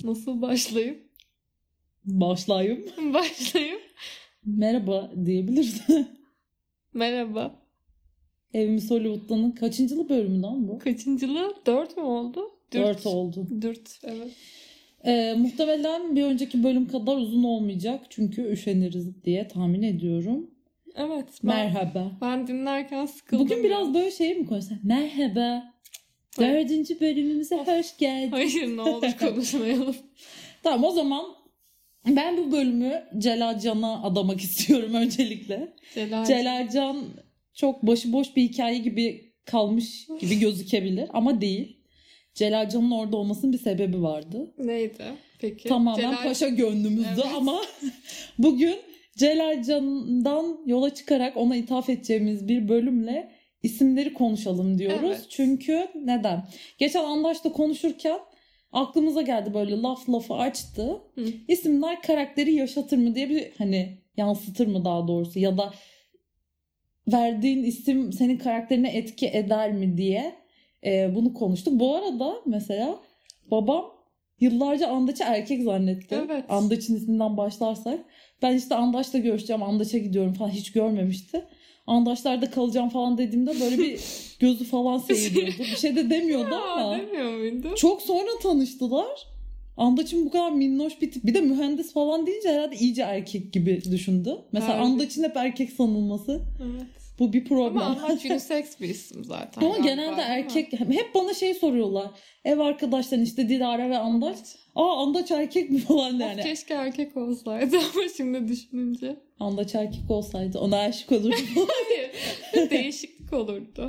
Nasıl başlayayım? Başlayayım. Başlayayım. Merhaba diyebiliriz. Merhaba. Evimiz Hollywood'danın kaçıncılı bölümü lan bu? Kaçıncılığı? 4 mü oldu? 4 oldu. 4, evet. Muhtemelen bir önceki bölüm kadar uzun olmayacak. Çünkü üşeniriz diye tahmin ediyorum. Evet. Merhaba. Ben dinlerken sıkıldım. Bugün biraz böyle şey mi konuşsak? Merhaba. 4. bölümümüze hoş geldin. Hayır, ne olur konuşmayalım. Tamam, o zaman ben bu bölümü Celal Can'a adamak istiyorum öncelikle. Celal Can çok başıboş bir hikaye gibi kalmış gibi gözükebilir ama değil. Celal Can'ın orada olmasının bir sebebi vardı. Neydi peki? Tamamen paşa gönlümüzdü, evet. Ama bugün Celal Can'dan yola çıkarak ona ithaf edeceğimiz bir bölümle isimleri konuşalım diyoruz. Evet. Çünkü neden? Geçen Andaş'ta konuşurken aklımıza geldi, böyle lafı açtı. İsimler karakteri yaşatır mı diye bir, hani yansıtır mı daha doğrusu, ya da verdiğin isim senin karakterine etki eder mi diye bunu konuştuk. Bu arada mesela babam yıllarca Andaç'ı erkek zannetti. Evet. Andaç'ın isminden başlarsak. Ben işte Andaç'la görüşeceğim, Andaç'a gidiyorum falan, hiç görmemişti. Andaçlar'da kalacağım falan dediğimde böyle bir gözü falan seyiriyordu. Bir şey de demiyordu ama. Demiyor muydu? Çok sonra tanıştılar. Andaç'ın bu kadar minnoş bir tip. Bir de mühendis falan deyince herhalde iyice erkek gibi düşündü. Mesela Andaç'ın hep erkek sanılması. Evet. Bu bir problem. Ama Andaç unisex bir isim zaten. Ama genelde erkek. Hep bana şey soruyorlar. Ev arkadaşların işte Dilara ve Andaç. Evet. Andaç erkek mi falan yani. Keşke erkek olsaydı ama şimdi düşününce. Andaç erkek olsaydı ona aşık olurdu. Hayır. Değişiklik olurdu.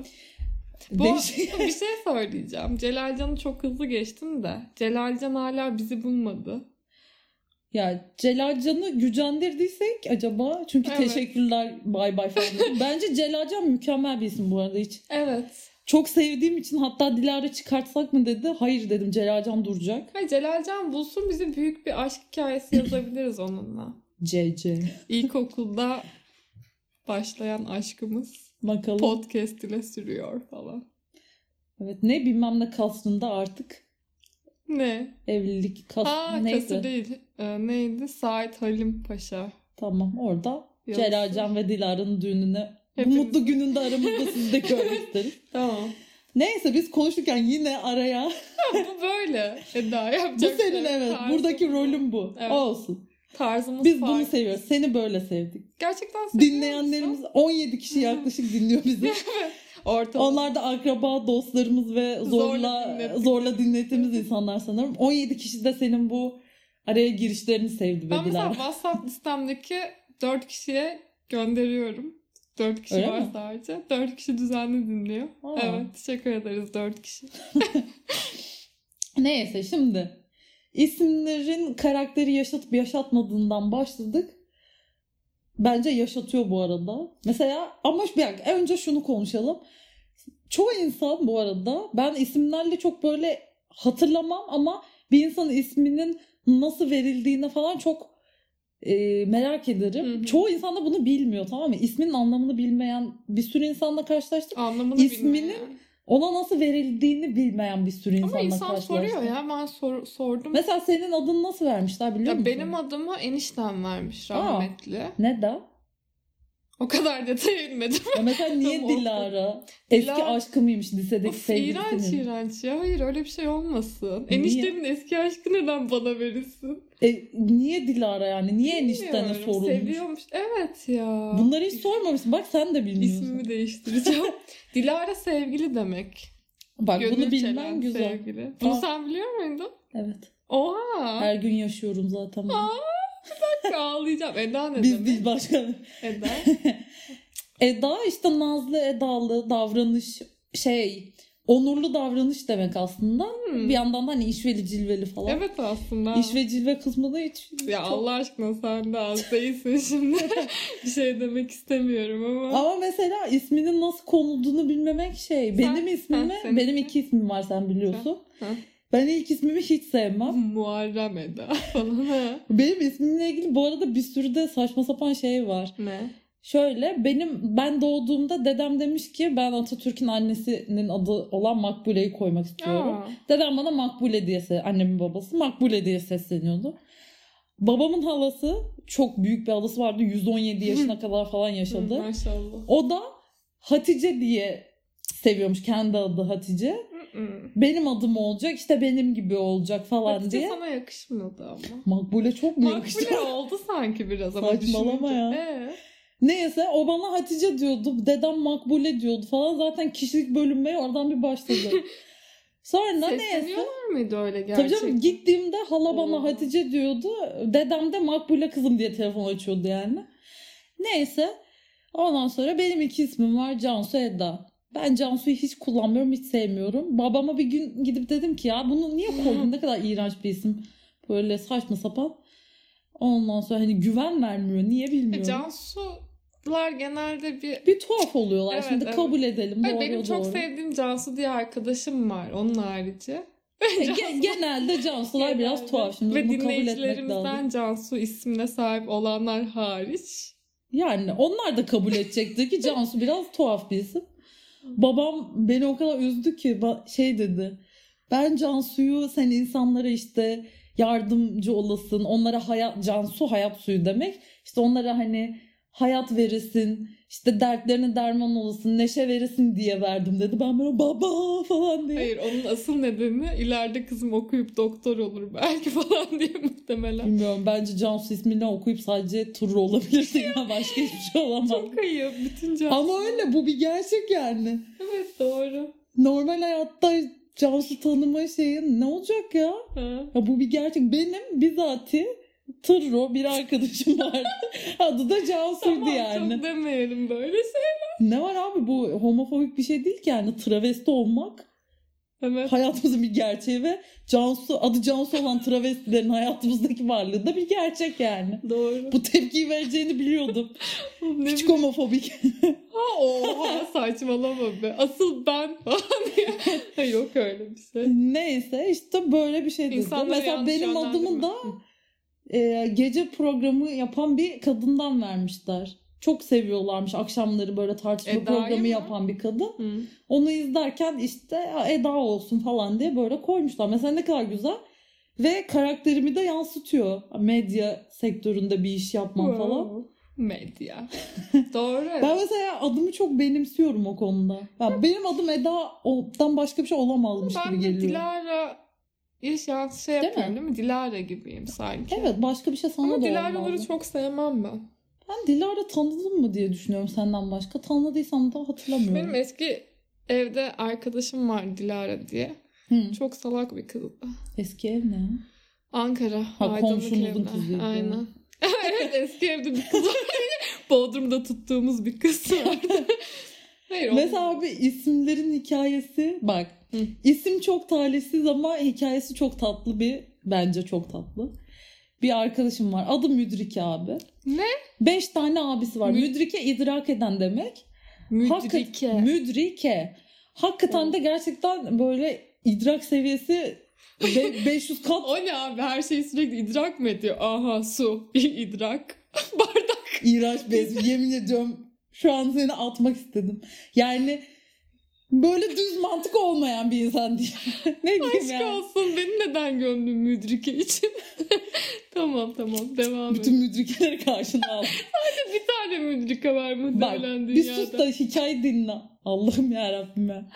Bir şey söyleyeceğim. Celalcan'ı çok hızlı geçtin de. Celalcan hala bizi bulmadı. Ya Celalcan'ı gücendirdiysek acaba? Çünkü evet. Teşekkürler, bay bay falan. Bence Celalcan mükemmel bir isim bu arada hiç. Evet. Çok sevdiğim için hatta Dilara çıkartsak mı dedi. Hayır dedim, Celalcan duracak. Hayır, Celalcan bulsun, bize büyük bir aşk hikayesi yazabiliriz onunla. CC. İlkokulda başlayan aşkımız. Bakalım. Podcast ile sürüyor falan. Evet, ne bilmem ne kasrında artık. Ne? Evlilik neydi? Kasır değil. Neydi? Said Halim Paşa. Tamam, orada Celalcan ve Dilara'nın düğününe bu mutlu gününde aramızda sizi de görmek isteriz. Tamam. Neyse, biz konuşurken yine araya. Bu böyle. Eda yapacak. Bu senin evet. Tarzım. Buradaki rolüm bu. Evet. Olsun. Tarzımız biz farklı. Bunu seviyoruz. Seni böyle sevdik. Gerçekten seviyor Dinleyenlerimiz musun? 17 kişi yaklaşık dinliyor bizi. Onlar da akraba, dostlarımız ve zorla dinlettiğimiz insanlar sanırım. 17 kişi de senin bu araya girişlerini sevdi. Ben mesela WhatsApp listemdeki 4 kişiye gönderiyorum. 4 kişi öyle var mi? Sadece. 4 kişi düzenli dinliyor. Evet, teşekkür ederiz 4 kişi. Neyse, şimdi isimlerin karakteri yaşatıp yaşatmadığından başladık. Bence yaşatıyor bu arada. Mesela ama bir dakika, önce şunu konuşalım. Çoğu insan bu arada, ben isimlerle çok böyle hatırlamam ama bir insanın isminin nasıl verildiğine falan çok merak ederim. Hı hı. Çoğu insan da bunu bilmiyor, tamam mı? İsminin anlamını bilmeyen bir sürü insanla karşılaştık. Anlamını İsminin ona nasıl verildiğini bilmeyen bir sürü insanla karşılaştık. Ama insan soruyor ya, ben sordum. Mesela senin adını nasıl vermişler biliyor musun? Benim adımı eniştem vermiş, rahmetli. Neden? O kadar detaya inmedim. Mesela niye Dilara? Eski aşkı mıymış lisedeki sevgilisinin? İğrenç ya. Hayır, öyle bir şey olmasın. Eniştemin eski aşkı neden bana verilsin? Niye Dilara yani? Niye eniştene sorulmuş? Seviyormuş. Evet ya. Bunları hiç sormamışsın. Bak sen de bilmiyorsun. İsmimi değiştireceğim. Dilara sevgili demek. Bak bunu bilmen güzel. Sevgili. Bunu sen biliyor muydun? Evet. Oha. Her gün yaşıyorum zaten. Bir dakika, ağlayacağım. Eda ne Biz demek? değil başka. Eda. Eda işte nazlı, edalı davranış, onurlu davranış demek aslında. Bir yandan da hani işveli cilveli falan. Evet aslında. İş ve cilve kısmı da hiç. Ya çok... Allah aşkına sen de az değilsin şimdi. Bir şey demek istemiyorum ama. Ama mesela isminin nasıl konulduğunu bilmemek benim ismimi, benim 2 ismim var, sen biliyorsun. Ben ilk ismimi hiç sevmem. Muharrem Eda falan. Benim ismimle ilgili bu arada bir sürü de saçma sapan şey var. Ne? Şöyle ben doğduğumda dedem demiş ki ben Atatürk'ün annesinin adı olan Makbule'yi koymak istiyorum. Dedem bana Makbule diye annemin babası Makbule diye sesleniyordu. Babamın halası çok büyük bir halası vardı. 117 yaşına kadar falan yaşadı. Maşallah. O da Hatice diye seviyormuş. Kendi adı Hatice. Benim adım olacak işte benim gibi olacak falan Hatice diye. sana yakışmadı ama. Makbule çok mu yakıştı? Makbule oldu sanki biraz ama saçmalama ya. Neyse o bana Hatice diyordu. Dedem Makbule diyordu falan. Zaten kişilik bölünmeye oradan bir başladı. Sonra neyse. Sesleniyorlar mıydı öyle gerçekten? Tabii canım gittiğimde hala bana Hatice diyordu. Dedem de Makbule kızım diye telefon açıyordu yani. Neyse. Ondan sonra benim 2 ismim var. Cansu, Eda. Ben Cansu'yu hiç kullanmıyorum, hiç sevmiyorum. Babama bir gün gidip dedim ki ya bunu niye koydun? Ne kadar iğrenç bir isim. Böyle saçma sapan. Ondan sonra hani güven vermiyor. Niye bilmiyorum. Cansu'lar genelde bir tuhaf oluyorlar. Evet, şimdi kabul edelim. Doğru, benim çok sevdiğim Cansu diye arkadaşım var. Onun harici. Genelde Cansu'lar biraz tuhaf. Şimdi ve bunu kabul etmek lazım. dinleyicilerimizden Cansu ismine sahip olanlar hariç. Yani onlar da kabul edecektir ki Cansu biraz tuhaf bir isim. Babam beni o kadar üzdü ki şey dedi. Ben Cansu'yu sen insanlara işte yardımcı olasın. Onlara Cansu hayat suyu demek. İşte onlara hani hayat verirsin. İşte dertlerine derman olasın. Neşe verirsin diye verdim dedi. Ben böyle baba falan diye. Hayır onun asıl nedeni ileride kızım okuyup doktor olur belki falan diye muhtemelen. Bilmiyorum bence Cansu ismini okuyup sadece Turru olabilirdi ya. Başka hiçbir şey olamaz. Çok ayıp bütün Cansu. Ama öyle bu bir gerçek yani. Evet doğru. Normal hayatta Cansu tanıma şeyin ne olacak ya? Ya bu bir gerçek. Benim bizatihi Tırro bir arkadaşım vardı. Adı da Cansu'ydu tamam, yani. Çok demeyelim böyle şeyler. Ne var abi bu homofobik bir şey değil ki yani travesti olmak. Evet. Hayatımızın bir gerçeği ve adı Cansu olan travestilerin hayatımızdaki varlığı da bir gerçek yani. Doğru. Bu tepkiyi vereceğini biliyordum. Küçük homofobik. Oha saçmalama be. Asıl ben falan yok öyle bir şey. Neyse işte böyle bir şey dedi. Mesela benim adımı da gece programı yapan bir kadından vermişler. Çok seviyorlarmış akşamları böyle tartışma programı yapan bir kadın. Onu izlerken işte Eda olsun falan diye böyle koymuşlar. Mesela ne kadar güzel. Ve karakterimi de yansıtıyor. Medya sektöründe bir iş yapmam falan. Medya. Doğru. Ben mesela adımı çok benimsiyorum o konuda. Yani benim adım Eda'dan başka bir şey olamazmış gibi geliyor. Ben de Dilara şey yapıyorum değil mi? Dilara gibiyim sanki. Evet başka bir şey sana da olmaz. Ama Dilara'ları çok sevmem ben. Ben Dilara tanıdım mı diye düşünüyorum senden başka. Tanıdıysam da hatırlamıyorum. Benim eski evde arkadaşım var Dilara diye. Çok salak bir kızdı. Eski ev ne? Ankara. Komşumuzun kızıydı. Aynen. Evet eski evde bir kız var. Bodrum'da tuttuğumuz bir kız vardı. Hayır, mesela abi isimlerin hikayesi bak. İsim çok talihsiz ama hikayesi çok tatlı bence çok tatlı. Bir arkadaşım var. Adı Müdrike abi. Ne? 5 tane abisi var. Müdrike idrak eden demek. Müdrike. Müdrike. Hakikaten de gerçekten böyle idrak seviyesi 500 kat. O ne abi? Her şeyi sürekli idrak mı ediyor? Aha su. idrak. Bardak. İğrenç bir yemin ediyorum. Şu an seni atmak istedim. Yani böyle düz mantık olmayan bir insan değil. Ne diyeyim aşk yani? olsun. Beni neden gömdün müdrike için? Tamam devam et. Bütün müdrikeleri karşına al. Sadece bir tane müdrike var muhtemelen dünyada. Bir sus da hikaye dinle. Allah'ım yarabbim ya.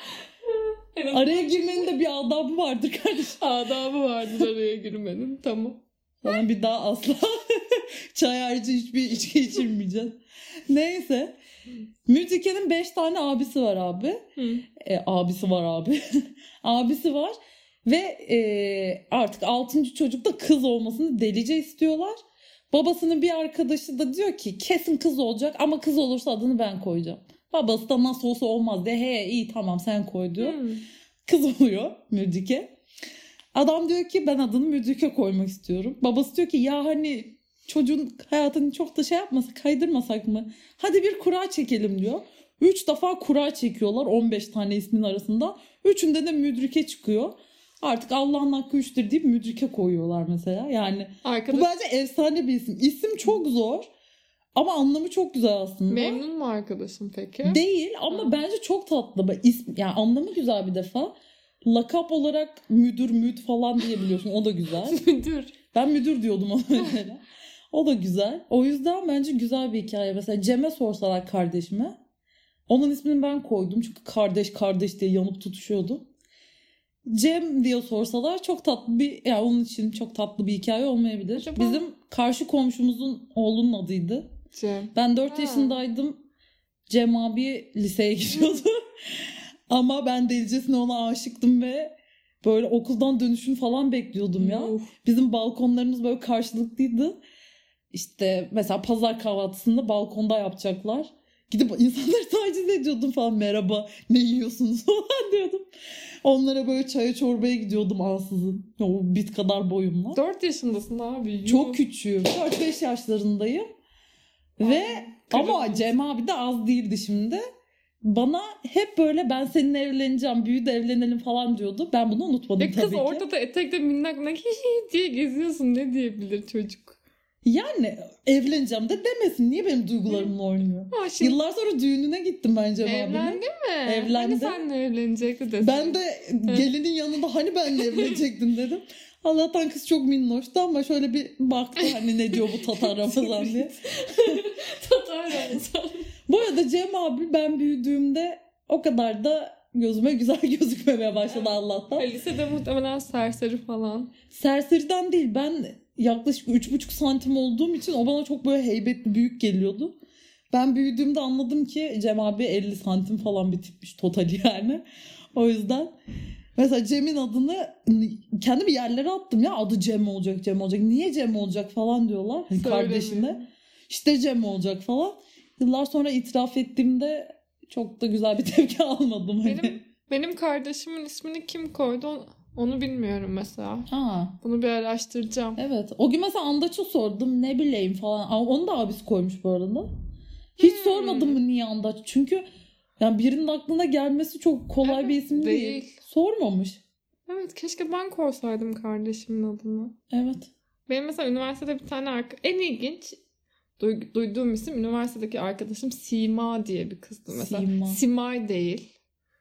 Araya girmenin de bir adabı vardır kardeşim. Adabı vardır araya girmenin. Tamam. Sana bir daha asla çay harici hiçbir içki içirmeyeceğiz. Neyse. Müdrike'nin 5 tane abisi var abi. Abisi var abi. Abisi var. Ve artık 6. çocukta kız olmasını delice istiyorlar. Babasının bir arkadaşı da diyor ki kesin kız olacak ama kız olursa adını ben koyacağım. Babası da nasıl olsa olmaz de iyi tamam sen koy diyor. Kız oluyor Müdrike. Adam diyor ki ben adını Müdrike koymak istiyorum. Babası diyor ki ya hani çocuğun hayatını çok da kaydırmasak mı? Hadi bir kura çekelim diyor. 3 defa kura çekiyorlar 15 tane ismin arasında. 3'ünde de Müdrike çıkıyor. Artık Allah'ın hakkı 3'tür deyip Müdrike koyuyorlar mesela. Yani bu bence efsane bir isim. İsim çok zor. Ama anlamı çok güzel aslında. Memnun mu arkadaşım peki? Değil ama bence çok tatlı. Yani anlamı güzel bir defa. Lakap olarak müdür falan diyebiliyorsun. O da güzel. Müdür. Ben müdür diyordum ona mesela. O da güzel. O yüzden bence güzel bir hikaye. Mesela Cem'e sorsalar kardeşime. Onun ismini ben koydum. Çünkü kardeş diye yanıp tutuşuyordu. Cem diye sorsalar çok tatlı yani onun için çok tatlı bir hikaye olmayabilir. Acaba? Bizim karşı komşumuzun oğlunun adıydı. Cem. Ben 4 yaşındaydım. Cem abi liseye gidiyordu. Ama ben delicesine ona aşıktım ve böyle okuldan dönüşünü falan bekliyordum ya. Bizim balkonlarımız böyle karşılıklıydı. İşte mesela pazar kahvaltısında balkonda yapacaklar. Gidip insanları taciz ediyordum falan. Merhaba, ne yiyorsunuz falan diyordum. Onlara böyle çaya çorbaya gidiyordum ansızın. O bit kadar boyumla. 4 yaşındasın abi. Çok küçüğüm. 4-5 yaşlarındayım. Ve ama Cem abi de az değildi şimdi. Bana hep böyle ben seninle evleneceğim, büyü de evlenelim falan diyordu. Ben bunu unutmadım tabii ki. Kız ortada etekte minnak diye geziyorsun. Ne diyebilir çocuk? Yani evleneceğim de demesin. Niye benim duygularımla oynuyor? Şimdi... Yıllar sonra düğününe gittim ben Cem abinin. Evlendi mi? Evlendi. Hani senle evlenecekti desin. Ben de gelinin yanında hani benle evlenecektin dedim. Allah'tan kız çok minnoştu ama şöyle bir baktı hani ne diyor bu Tatar Ramazan diye. Tatar Ramazan. Bu arada Cem abi ben büyüdüğümde o kadar da gözüme güzel gözükmemeye başladı Allah'tan. Lisede muhtemelen serseri falan. Serseriden değil, ben yaklaşık 3,5 santim olduğum için o bana çok böyle heybetli, büyük geliyordu. Ben büyüdüğümde anladım ki Cem abi 50 santim falan bir tipmiş totali yani. O yüzden mesela Cem'in adını kendimi yerlere attım ya, adı Cem olacak. Niye Cem olacak falan diyorlar kardeşine. İşte Cem olacak falan. Yıllar sonra itiraf ettiğimde çok da güzel bir tepki almadım. Benim kardeşimin ismini kim koydu onu bilmiyorum mesela. Ha. Bunu bir araştıracağım. Evet. O gün mesela Andaç'a sordum, ne bileyim falan. Onu da abisi koymuş bu arada. Hiç sormadım mı niye Andaç? Çünkü yani birinin aklına gelmesi çok kolay bir isim değil. Sormamış. Evet, keşke ben koysaydım kardeşimin adını. Evet. Benim mesela üniversitede bir tane en ilginç duyduğum isim üniversitedeki arkadaşım Sima diye bir kızdı mesela. Simay değil.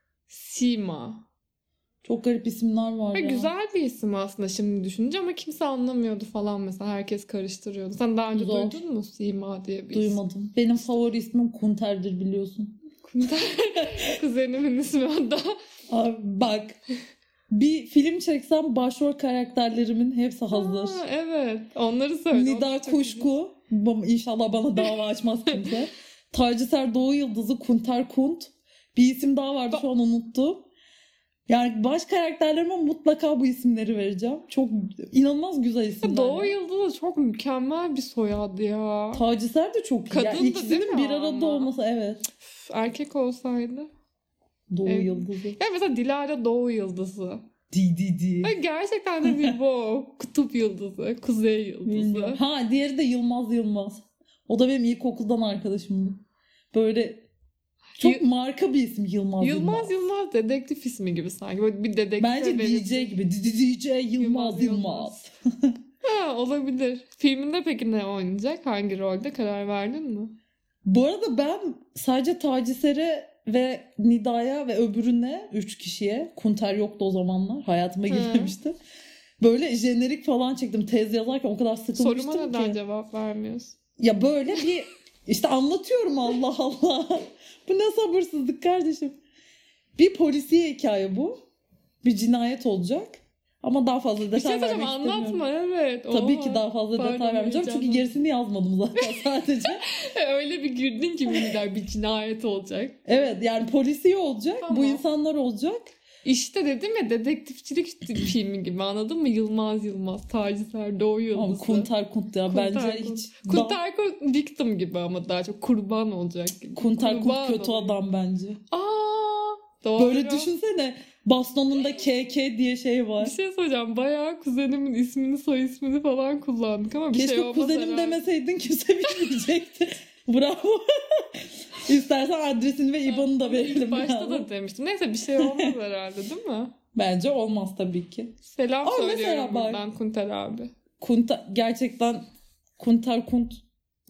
Sima. Çok garip isimler var ya. Güzel bir isim aslında şimdi düşününce ama kimse anlamıyordu falan mesela. Herkes karıştırıyordu. Sen daha önce duydun mu Sima diye bir isim? Duymadım. Benim favori ismim Kunter'dir biliyorsun. Kunter. Kuzenimin ismi o da. Abi bak. Bir film çeksem başrol karakterlerimin hepsi hazır. Evet. Onları söyle. Nida Kuşku. İnşallah bana dava açmaz kimse. Taciser Doğu Yıldızı, Kunter Kunt. Bir isim daha vardı şu an unuttum. Yani baş karakterlerime mutlaka bu isimleri vereceğim. Çok inanılmaz güzel isimler. Doğu Yıldızı çok mükemmel bir soyad ya. Taciser de çok iyi. Kadın yani ikisinin bir arada olması evet. Erkek olsaydı. Doğu Yıldızı. Ya mesela Dilara Doğu Yıldızı. Di. Gerçekten de bir bu. Kutup Yıldızı. Kuzey Yıldızı. Bilmiyorum. Ha diğeri de Yılmaz. O da benim ilkokuldan arkadaşımdı. Böyle çok marka bir isim Yılmaz. Yılmaz dedektif ismi gibi sanki. Böyle bir dedektif. Bence DJ gibi. DJ Yılmaz. Ha, olabilir. Filminde peki ne oynayacak? Hangi rolde karar verdin mi? Bu arada ben sadece Taciser'e ve Nida'ya ve öbürüne 3 kişiye, Kunter yoktu o zamanlar, hayatıma girmemişti. Böyle jenerik falan çektim tez yazarken, o kadar sıkılmıştım ki. Soruma neden cevap vermiyorsun? Ya böyle bir işte anlatıyorum Allah Allah. Bu ne sabırsızlık kardeşim. Bir polisiye hikaye bu. Bir cinayet olacak. Ama daha fazla detay vermek istemiyorum. Anlatma evet. Tabii ki daha fazla detay vermeyeceğim. Çünkü gerisini yazmadım zaten sadece. Öyle bir girdin ki bir cinayet olacak. Evet yani polisiye olacak. Tamam. Bu insanlar olacak. İşte dedim ya, dedektifçilik filmi gibi, anladın mı? Yılmaz, Taciser Doğu Yıldızı. Ama Kunter Kunt ya bence hiç. Kunter Kunt victim gibi ama daha çok kurban olacak gibi. Kunter Kunt kötü adam bence. Doğru. Böyle düşünsene, bastonunda KK diye şey var. Bir şey söyleyeceğim, bayağı kuzenimin ismini, soy ismini falan kullandık ama bir keşke şey olmaz kuzenim herhalde. Demeseydin kimse bilmeyecekti. Bravo. İstersen adresini ve IBAN'ını da verelim. Başta da demiştim. Neyse bir şey olmaz herhalde değil mi? Bence olmaz tabii ki. Selam söylüyorum buradan Kunter abi. Gerçekten Kunter Kunt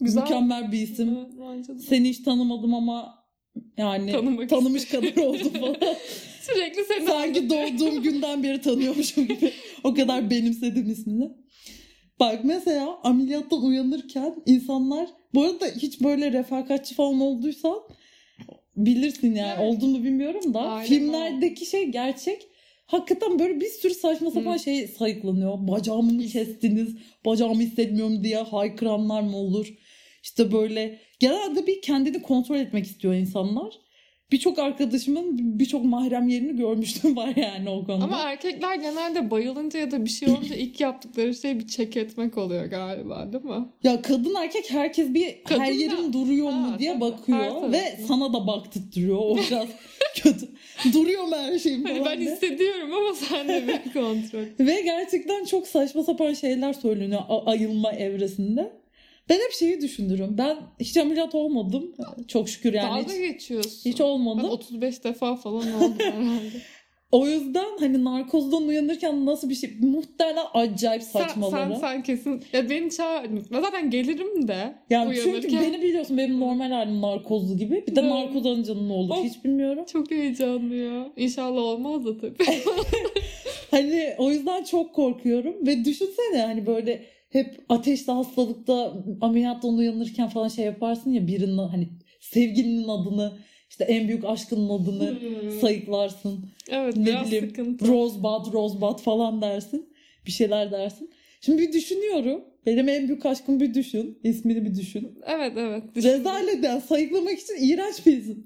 Güzel. Mükemmel bir isim. Evet, seni hiç tanımadım ama yani tanımış kadar oldum falan. Sürekli seni sanki doğduğum günden beri tanıyormuşum gibi. O kadar benimsedim ismini. Bak mesela ameliyattan uyanırken insanlar, bu arada hiç böyle refakatçi falan olduysan bilirsin yani, evet. Olduğunu bilmiyorum da aynen, filmlerdeki şey gerçek. Hakikaten böyle bir sürü saçma sapan şey sayıklanıyor. Bacağımı mı kestiniz? Bacağımı hissetmiyorum diye haykıranlar mı olur? İşte böyle genelde bir kendini kontrol etmek istiyor insanlar. Birçok arkadaşımın birçok mahrem yerini görmüştüm var yani o konuda. Ama erkekler genelde bayılınca ya da bir şey olunca ilk yaptıkları şey bir çek etmek oluyor galiba, değil mi? Ya kadın erkek herkes bir kadın her yerim duruyor mu diye tabii, bakıyor ve sana da baktırtıyor. O biraz kötü. Duruyor mu her şeyim falan. Hani ben hissediyorum ama sen de bir kontrol. Ve gerçekten çok saçma sapan şeyler söyleniyor ayılma evresinde. Ben hep şeyi düşünürüm. Ben hiç ameliyat olmadım. Çok şükür yani. Dalga geçiyorsun. Hiç olmadım. Ben 35 defa falan oldum herhalde. O yüzden hani narkozdan uyanırken nasıl bir şey, muhtemelen acayip saçmaları. Sen kesin. Ya beni çağır. Ben zaten gelirim de yani uyanırken. Çünkü beni biliyorsun, benim normal halim narkozlu gibi. Bir de narkoz alınca ne olur hiç bilmiyorum. Çok heyecanlı ya. İnşallah olmaz da tabii. Hani o yüzden çok korkuyorum. Ve düşünsene hani böyle hep ateşli hastalıkta ameliyattan uyanırken falan şey yaparsın ya, birinin hani sevgilinin adını, işte en büyük aşkının adını sayıklarsın. Evet, ne biraz bileyim, sıkıntı. Rosebud falan dersin. Bir şeyler dersin. Şimdi bir düşünüyorum. Benim en büyük aşkım bir düşün. İsmini bir düşün. Evet. Rezaleden sayıklamak için iğrenç bir isim.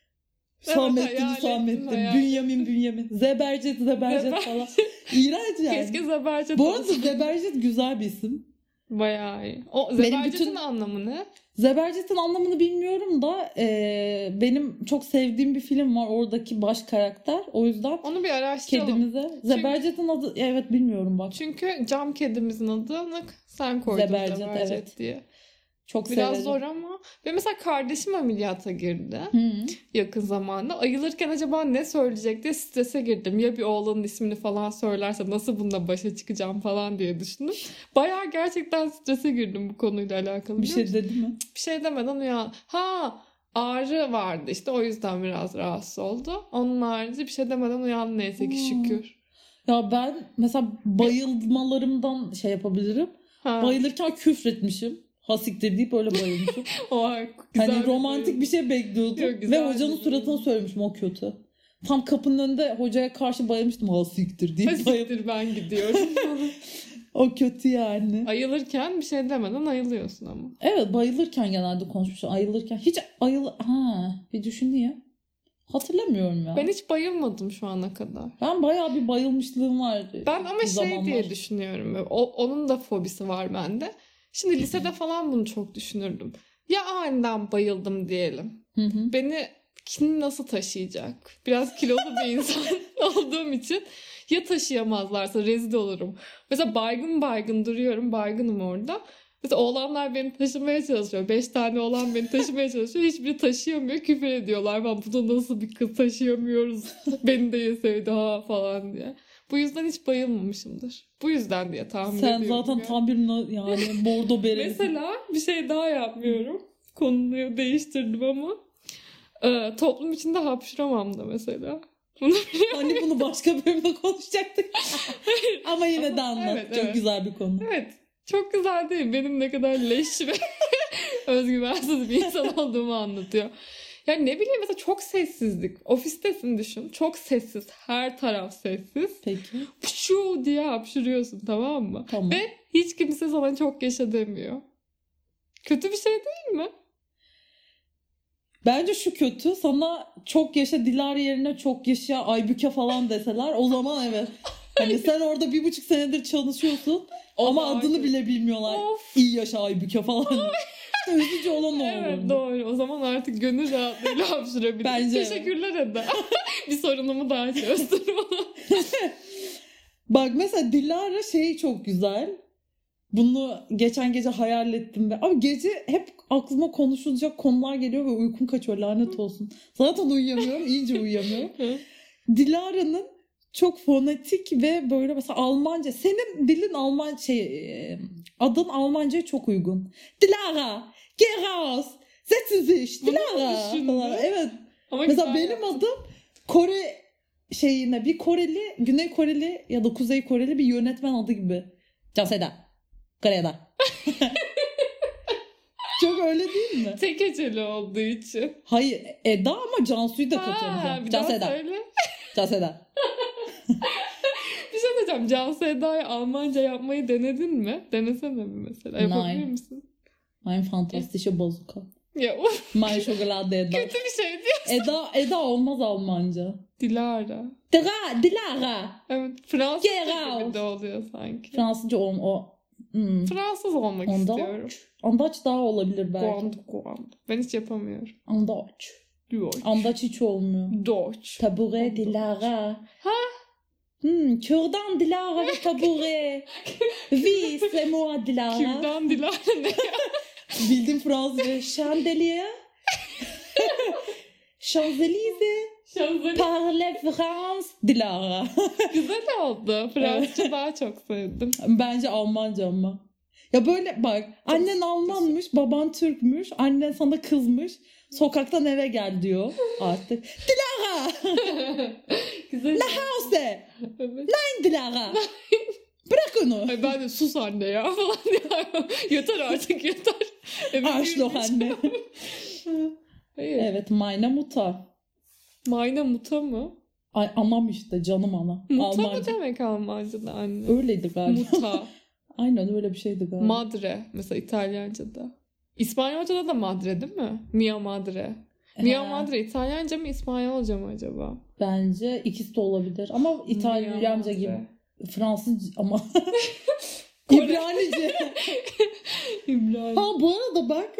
Hüsamettin, Bünyamin, Zebercet falan. İğrenç yani. Keşke Zebercet Bu arada Zebercet güzel bir isim. Bayağı iyi. O Zebercet'in anlamı ne? Zebercet'in anlamını bilmiyorum da benim çok sevdiğim bir film var. Oradaki baş karakter. O yüzden onu bir araştıralım. Kedimize. Zebercet'in adı evet bilmiyorum bak. Çünkü cam kedimizin adını sen koydun Zebercet evet. diye. Çok biraz severim. Zor ama. Ve mesela kardeşim ameliyata girdi. Yakın zamanda. Ayılırken acaba ne söyleyecek diye strese girdim. Ya bir oğlanın ismini falan söylerse nasıl bununla başa çıkacağım falan diye düşündüm. Bayağı gerçekten strese girdim bu konuyla alakalı. Bir şey dedi mi? Bir şey demeden uyan. Ağrı vardı işte, o yüzden biraz rahatsız oldu. Onun harici bir şey demeden uyandı neyse ki şükür. Ya ben mesela bayılmalarımdan şey yapabilirim. Bayılırken küfretmişim. Hasiktir deyip öyle bayılmışım. Hani romantik bir şey bekliyordum. Ve hocanın suratına söylemişim, o kötü. Tam kapının önünde hocaya karşı bayılmıştım. Hasiktir deyip Hasiktir ben gidiyorum. O kötü yani. Ayılırken bir şey demeden ayılıyorsun ama. Evet, bayılırken genelde konuşmuşum. Ayılırken hiç bir düşün diye. Hatırlamıyorum ya. Ben hiç bayılmadım şu ana kadar. Ben bayağı bir bayılmışlığım var. Ben ama zamanlar. Diye düşünüyorum. Onun da fobisi var bende. Şimdi lisede falan bunu çok düşünürdüm. Ya aniden bayıldım diyelim. Beni kim nasıl taşıyacak? Biraz kilolu bir insan olduğum için ya taşıyamazlarsa rezil olurum. Mesela baygın duruyorum. Baygınım orada. Mesela oğlanlar beni taşımaya çalışıyor. 5 tane oğlan beni taşımaya çalışıyor. Hiçbiri taşıyamıyor. Küfür ediyorlar. Ben bunu nasıl bir kız taşıyamıyoruz. Beni de yeseydi falan diye. Bu yüzden hiç bayılmamışımdır. Bu yüzden diye tahmin ediyorum. Sen zaten ya. Tam bir yani bordo bereli. Mesela bir şey daha yapmıyorum. Konuyu değiştirdim ama. Toplum içinde hapşuramam da mesela. Hani bunu başka bölümde konuşacaktık. Ama yine de anlat. Evet, çok güzel bir konu. Evet. Çok güzel değil. Benim ne kadar leş ve özgüvensiz bir insan olduğumu anlatıyor. Yani ne bileyim, mesela çok sessizlik. Ofistesin düşün. Çok sessiz. Her taraf sessiz. Peki. Pşu diye hapşırıyorsun, tamam mı? Tamam. Ve hiç kimse sana çok yaşa demiyor. Kötü bir şey değil mi? Bence şu kötü. Sana çok yaşa Dilara yerine çok yaşa Aybüke falan deseler, o zaman evet. Hani sen orada 1,5 senedir çalışıyorsun ama adını bile bilmiyorlar. Of. İyi yaşa Aybüke falan. Üzücü olan o olur. Evet, doğru. O zaman artık gönül rahatlığıyla hapşırabilirim. Bence teşekkürler Eda. Bir sorunumu daha çözdün bana. Bak mesela Dilara şey çok güzel. Bunu geçen gece hayal ettim. Abi gece hep aklıma konuşulacak konular geliyor ve uykum kaçıyor, lanet olsun. Zaten uyuyamıyorum. İyice uyuyamıyorum. Dilara'nın çok fonetik ve böyle mesela Almanca. Senin dilin adın Almanca'ya çok uygun. Dilara, geh raus, setzen sich, Dilara falan. Evet. Ama mesela benim yaptım. Adım Kore bir Koreli, Güney Koreli ya da Kuzey Koreli bir yönetmen adı gibi. Canseda. Kore'da. Çok öyle değil mi? Tek heceli olduğu için. Hayır, Eda ama Cansu'yu da katacağım. Canseda. Canseda. Bir şey diyeceğim. Cansu Eda'yı Almanca yapmayı denedin mi? Denesene mi mesela? Yapabilir misin? Mein fantastische Bazooka. Ya Mein Schokolade Eda. Kötü bir şey diyorsun. Eda olmaz Almanca. Dilara. Dilara. Evet. Fransızca gibi de oluyor sanki. Fransızca Fransız olmak istiyorum. Andaç daha olabilir belki. Ben hiç yapamıyorum. Andaç. Andaç hiç olmuyor. Deutsch. Tabure Dilara. Ha? Kürdan Dilara ve tabure. Oui, c'est moi Dilara. Kürdan Dilara ne ya? Bildim Fransızca. Chandelier. Champs-Élysées. Parle France. Dilara. Güzel oldu. Fransızca daha çok sevdim. Bence Almanca ama. Ya böyle bak. Annen Almanmış, baban Türkmüş. Annen sana kızmış. Sokaktan eve gel diyor artık. Dilara. Güzel. La house. Evet. Nein Dilara. Bırak onu. Ay ben de sus anne ya falan diyor. Yeter artık yeter. Arşloh anne. Hayır. Evet, meine Mutter. Meine Mutter mı? Ay, anam işte, canım ana. Mutter mı demek Almanca'da anne? Öyleydi galiba. Mutter. Aynen öyle bir şeydi galiba. Madre mesela İtalyanca'da. İspanyolca'da da madre değil mi? Mia madre. Mia madre İtalyanca mı İspanyolca mı acaba? Bence ikisi de olabilir ama İtalyanca gibi. Fransızca ama İbranice. Ha bu arada bak.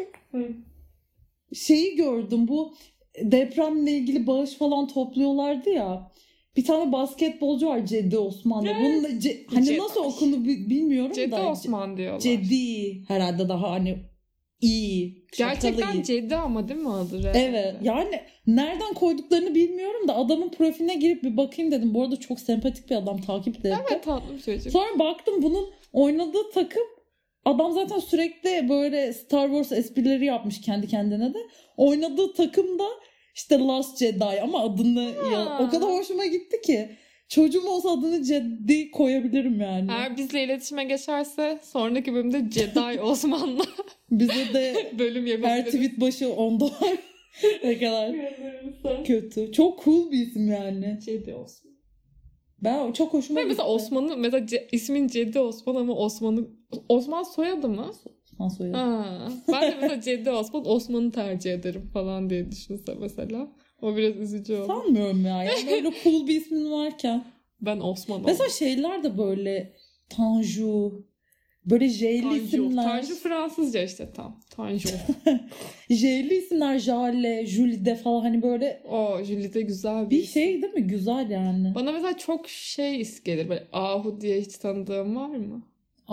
Şeyi gördüm, bu depremle ilgili bağış falan topluyorlardı ya. Bir tane basketbolcu var, Cedi Osman. Bunun hani nasıl okundu bilmiyorum Cedi da. Cedi Osman diyorlar. Cedi herhalde daha hani iyi. Gerçekten iyi. Cedi ama değil mi adı? Evet. Yani nereden koyduklarını bilmiyorum da adamın profiline girip bir bakayım dedim. Bu arada çok sempatik bir adam, takip de ettim. Evet, tatlı bir çocuk. Sonra baktım bunun oynadığı takım, adam zaten sürekli böyle Star Wars esprileri yapmış kendi kendine de. Oynadığı takım da işte Last Jedi ama adını o kadar hoşuma gitti ki. Çocuğum olsa adını Jedi koyabilirim yani. Eğer bizle iletişime geçerse sonraki bölümde Jedi Osman'la bize de bölüm her tweet başı $10. Ne kadar kötü. Çok cool bir isim yani. Jedi Osman. Ben çok hoşuma gitti. Mesela Osman'ın mesela ismin Jedi Osman ama Osman soyadı mı? Osman soyadı. Ben de mesela Jedi Osman'ı tercih ederim falan diye düşünse mesela. O biraz üzücü oldu. Sanmıyorum ya. Yani böyle cool bir ismin varken. Ben Osman mesela şeyler de böyle Tanju, böyle J'li isimler. Tanju Fransızca işte tam. Tanju. J'li isimler, Jale, Julide falan hani böyle. Julide güzel bir şey değil mi? Güzel yani. Bana mesela çok gelir. Böyle Ahu diye hiç tanıdığım var mı?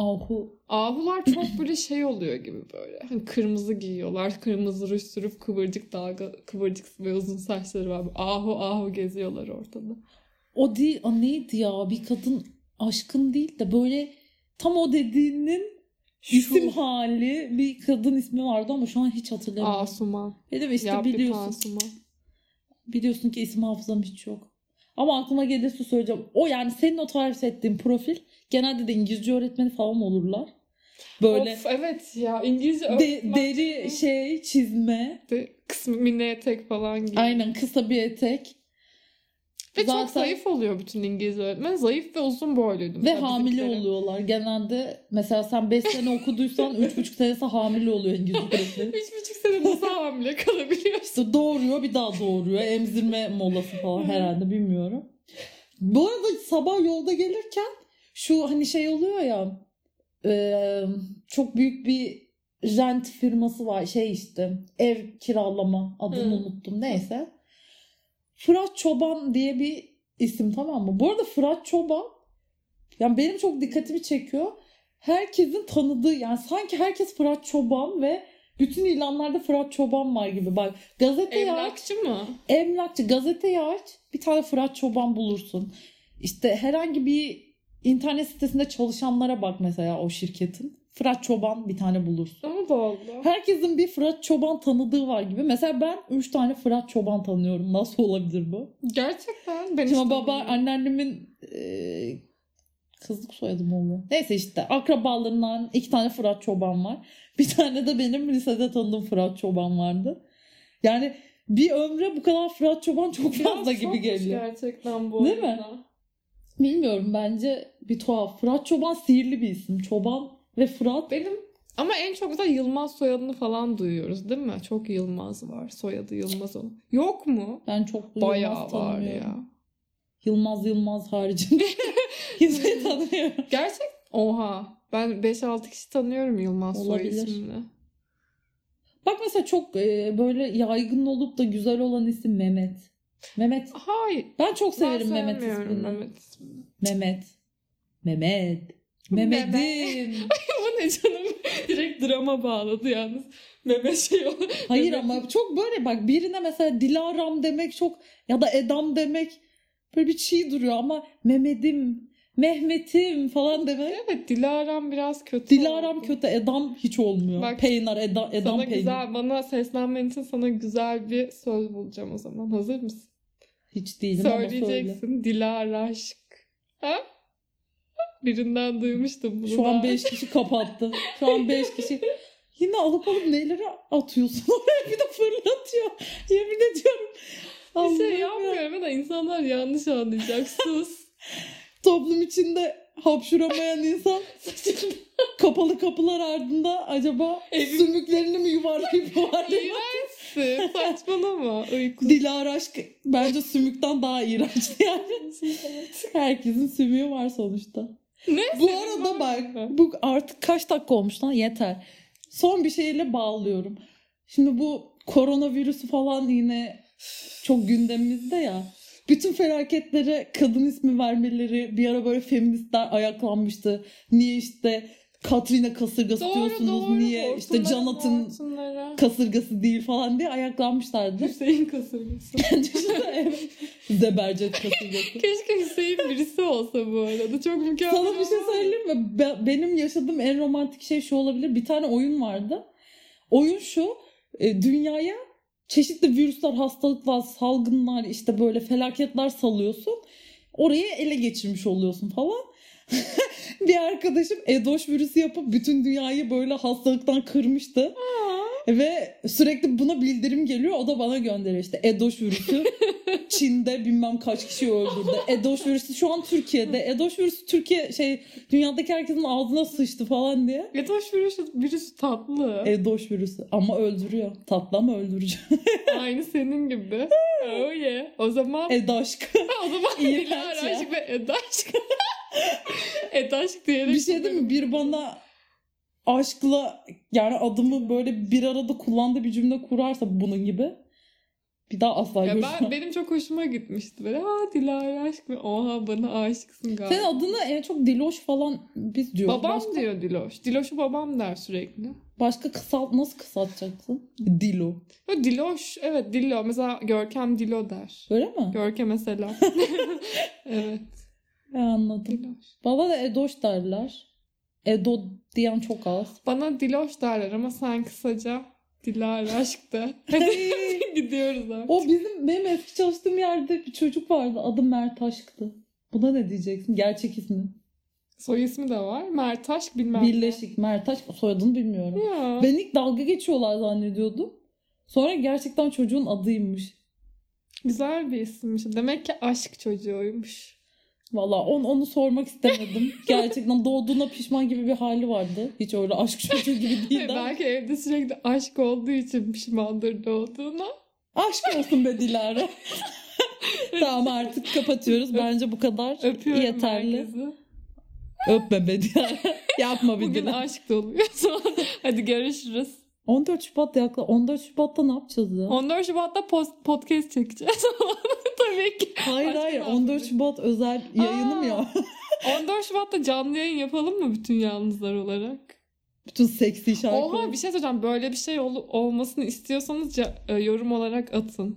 Ahular çok böyle oluyor gibi böyle. Hani kırmızı giyiyorlar. Kırmızı ruj sürüp kıvırcık ve uzun saçları var. Ahu geziyorlar ortada. O değil. O neydi ya? Bir kadın aşkın değil de böyle tam o dediğinin isim hali bir kadın ismi vardı ama şu an hiç hatırlamıyorum. Asuman. Dedim işte biliyorsun. Biliyorsun ki isim hafızam hiç yok. Ama aklıma gelirse söyleyeceğim. O yani senin o tarif ettiğin profil genelde de İngilizce öğretmeni falan olurlar. Böyle. Of evet ya İngilizce deri çizme. Kısmı mini etek falan gibi. Aynen, kısa bir etek. Ve zaten çok zayıf oluyor bütün İngilizce öğretmen. Zayıf ve uzun boyluydu. Ve hamile oluyorlar. Genelde mesela sen 5 sene okuduysan 3,5 senesi hamile oluyor İngilizce öğretmeni. 3,5 sene nasıl hamile kalabiliyor? İşte doğuruyor, bir daha doğuruyor. Emzirme molası falan herhalde, bilmiyorum. Bu arada sabah yolda gelirken şu hani oluyor ya, çok büyük bir rent firması var. İşte ev kiralama, adını unuttum. Neyse. Fırat Çoban diye bir isim, tamam mı? Bu arada Fırat Çoban yani benim çok dikkatimi çekiyor. Herkesin tanıdığı, yani sanki herkes Fırat Çoban ve bütün ilanlarda Fırat Çoban var gibi. Bak gazeteyi Emlakçı mı? Emlakçı. Gazeteyi aç, bir tane Fırat Çoban bulursun. İşte herhangi bir internet sitesinde çalışanlara bak mesela o şirketin. Fırat Çoban bir tane bulursun. Allah Allah. Herkesin bir Fırat Çoban tanıdığı var gibi. Mesela ben 3 tane Fırat Çoban tanıyorum. Nasıl olabilir bu? Gerçekten. Ben şimdi anneannemin kızlık soyadı mı oluyor? Neyse işte akrabalarından 2 tane Fırat Çoban var. Bir tane de benim lisede tanıdığım Fırat Çoban vardı. Yani bir ömre bu kadar Fırat Çoban çok fazla gibi geliyor. Gerçekten bu. Değil mi? Bilmiyorum, bence bir tuhaf. Fırat Çoban sihirli bir isim. Çoban ve Fırat. Ama en çok da Yılmaz soyadını falan duyuyoruz değil mi? Çok Yılmaz var. Soyadı Yılmaz o. Yok mu? Ben çok Bayağı var ya. Yılmaz haricinde kimseyi tanımıyorum. Gerçek? Oha. Ben 5-6 kişi tanıyorum Yılmaz soy ismini. Bak mesela çok böyle yaygın olup da güzel olan isim Mehmet. Mehmet. Hayır. Ben çok severim Mehmet ismini. Mehmet'im. Bu ne canım? Direkt drama bağladı yalnız. Mehmet şey o. Hayır ama çok böyle bak, birine mesela Dilaram demek çok, ya da Edam demek böyle bir çiğ duruyor ama Mehmet'im falan demek. Evet, Dilaram biraz kötü. Dilaram kötü, Edam hiç olmuyor. Bak, Peynar, Edam sana Peynar. Güzel, bana seslenmen için sana güzel bir söz bulacağım o zaman. Hazır mısın? Hiç değilim ama söyle. Söyleyeceksin. Dilara aşk. Ha? Birinden duymuştum bunu. Şu an 5 kişi kapattı. Şu an 5 kişi. Yine alıp neleri atıyorsun oraya, bir de fırlatıyor. Yemin ediyorum. Bir şey yapmıyorum da insanlar yanlış anlayacak. Sus. Toplum içinde hapşuramayan insan kapalı kapılar ardında acaba sümüklerini mi yuvarlayıp İğrençsin. Saçmalama. Dilara aşk bence sümükten daha iğrenç yani. Herkesin sümüğü var sonuçta. Ne? Bu arada bak, bu artık kaç dakika olmuş lan, yeter. Son bir şeyle bağlıyorum. Şimdi bu koronavirüsü falan yine çok gündemimizde ya. Bütün felaketlere kadın ismi vermeleri, bir ara böyle feministler ayaklanmıştı. Niye işte Katrina kasırgası diyorsunuz, niye işte Jonathan kasırgası değil falan diye ayaklanmışlardı. Hüseyin kasırgası. Evet. Zebercet kasırgası. Keşke Hüseyin birisi olsa bu arada. Çok mükemmel. Sana bir şey söyleyeyim mi? Benim yaşadığım en romantik şey şu olabilir. Bir tane oyun vardı. Oyun şu: dünyaya çeşitli virüsler, hastalıklar, salgınlar, işte böyle felaketler salıyorsun. Orayı ele geçirmiş oluyorsun falan. Bir arkadaşım Edoş virüsü yapıp bütün dünyayı böyle hastalıktan kırmıştı. Ve sürekli buna bildirim geliyor. O da bana gönderiyor işte Edoş virüsü Çin'de bilmem kaç kişi öldürdü. Edoş virüsü şu an Türkiye'de. Edoş virüsü dünyadaki herkesin ağzına sıçtı falan diye. Edoş virüsü tatlı. Edoş virüsü ama öldürüyor. Tatlı ama öldürücü. Aynı senin gibi. Oh yeah. O zaman Edaşk. O zaman Dilara aşk ve Edaşk. Edaşk diyerek. Bir şey değil mi? Bir bana aşkla yani adımı böyle bir arada kullandığı bir cümle kurarsa bunun gibi, bir daha asla görüşmem. Benim çok hoşuma gitmişti böyle. Dilara aşk ve oha bana aşıksın galiba. Senin adını en çok Diloş falan biz diyoruz. Babam diyor Diloş. Diloş'u babam der sürekli. Başka nasıl kısaltacaksın? Dilo. Diloş, evet Dilo. Mesela Görkem Dilo der. Öyle mi? Görkem mesela. Evet. Anladım. Diloş. Baba da Edoş derler. Edo diyen çok az. Bana Diloş derler ama sen kısaca Dilara aşk de. Hadi gidiyoruz artık. Benim eski çalıştığım yerde bir çocuk vardı. Adı Mert Aşk'tı. Buna ne diyeceksin? Gerçek ismi. Soy ismi de var. Mert Aşk bilmem Birleşik. Mert Aşk, soyadını bilmiyorum. Ya. Ben ilk dalga geçiyorlar zannediyordum. Sonra gerçekten çocuğun adıymış. Güzel bir isimmiş. Demek ki aşk çocuğuymuş. Valla onu sormak istemedim. Gerçekten doğduğuna pişman gibi bir hali vardı. Hiç öyle aşk çocuğu gibi değil. Belki evde sürekli aşk olduğu için pişmandır doğduğuna. Aşk olsun be Dilara. Tamam, artık kapatıyoruz. Bence bu kadar Öpüyorum yeterli. herkesi. Öpme be Dilara. Yapma bir Bugün Dilara. aşk doluyor. Hadi görüşürüz. 14 Şubat 14 Şubat'ta ne yapacağız ya? 14 Şubat'ta podcast çekeceğiz. Tabii ki. Hayır 14 Şubat özel yayınım ya. 14 Şubat'ta canlı yayın yapalım mı bütün yalnızlar olarak? Bütün seksi şarkılar. Oha, bir şey söyleyeceğim. Böyle bir şey olmasını istiyorsanız yorum olarak atın.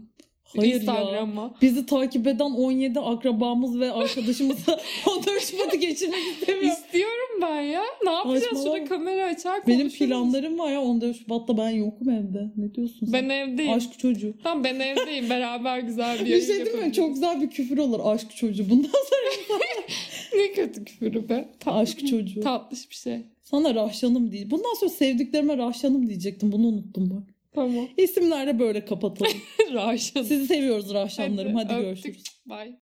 Hayır Instagram'a. Ya. Bizi takip eden 17 akrabamız ve arkadaşımıza 14 Şubat'ı geçirmek istemiyorum. İstiyorum ben ya. Ne yapacağız? Şurada kamera açar konuşuruz. Benim planlarım var ya, 14 Şubat'ta ben yokum evde. Ne diyorsun sen? Ben evdeyim. Aşk çocuğu. Tamam ben evdeyim. Beraber güzel bir yayın Bir şey değil mi? Çok güzel bir küfür olur. Aşk çocuğu. Bundan sonra ne kötü küfürü be. Aşk çocuğu. Tatlış bir şey. Sana Rahşanım değil. Bundan sonra sevdiklerime Rahşanım diyecektim. Bunu unuttum bak. Tamam. İsimlerle böyle kapatalım. Rahşan. Sizi seviyoruz Rahşanlarım. Hadi görüşürüz. Bye.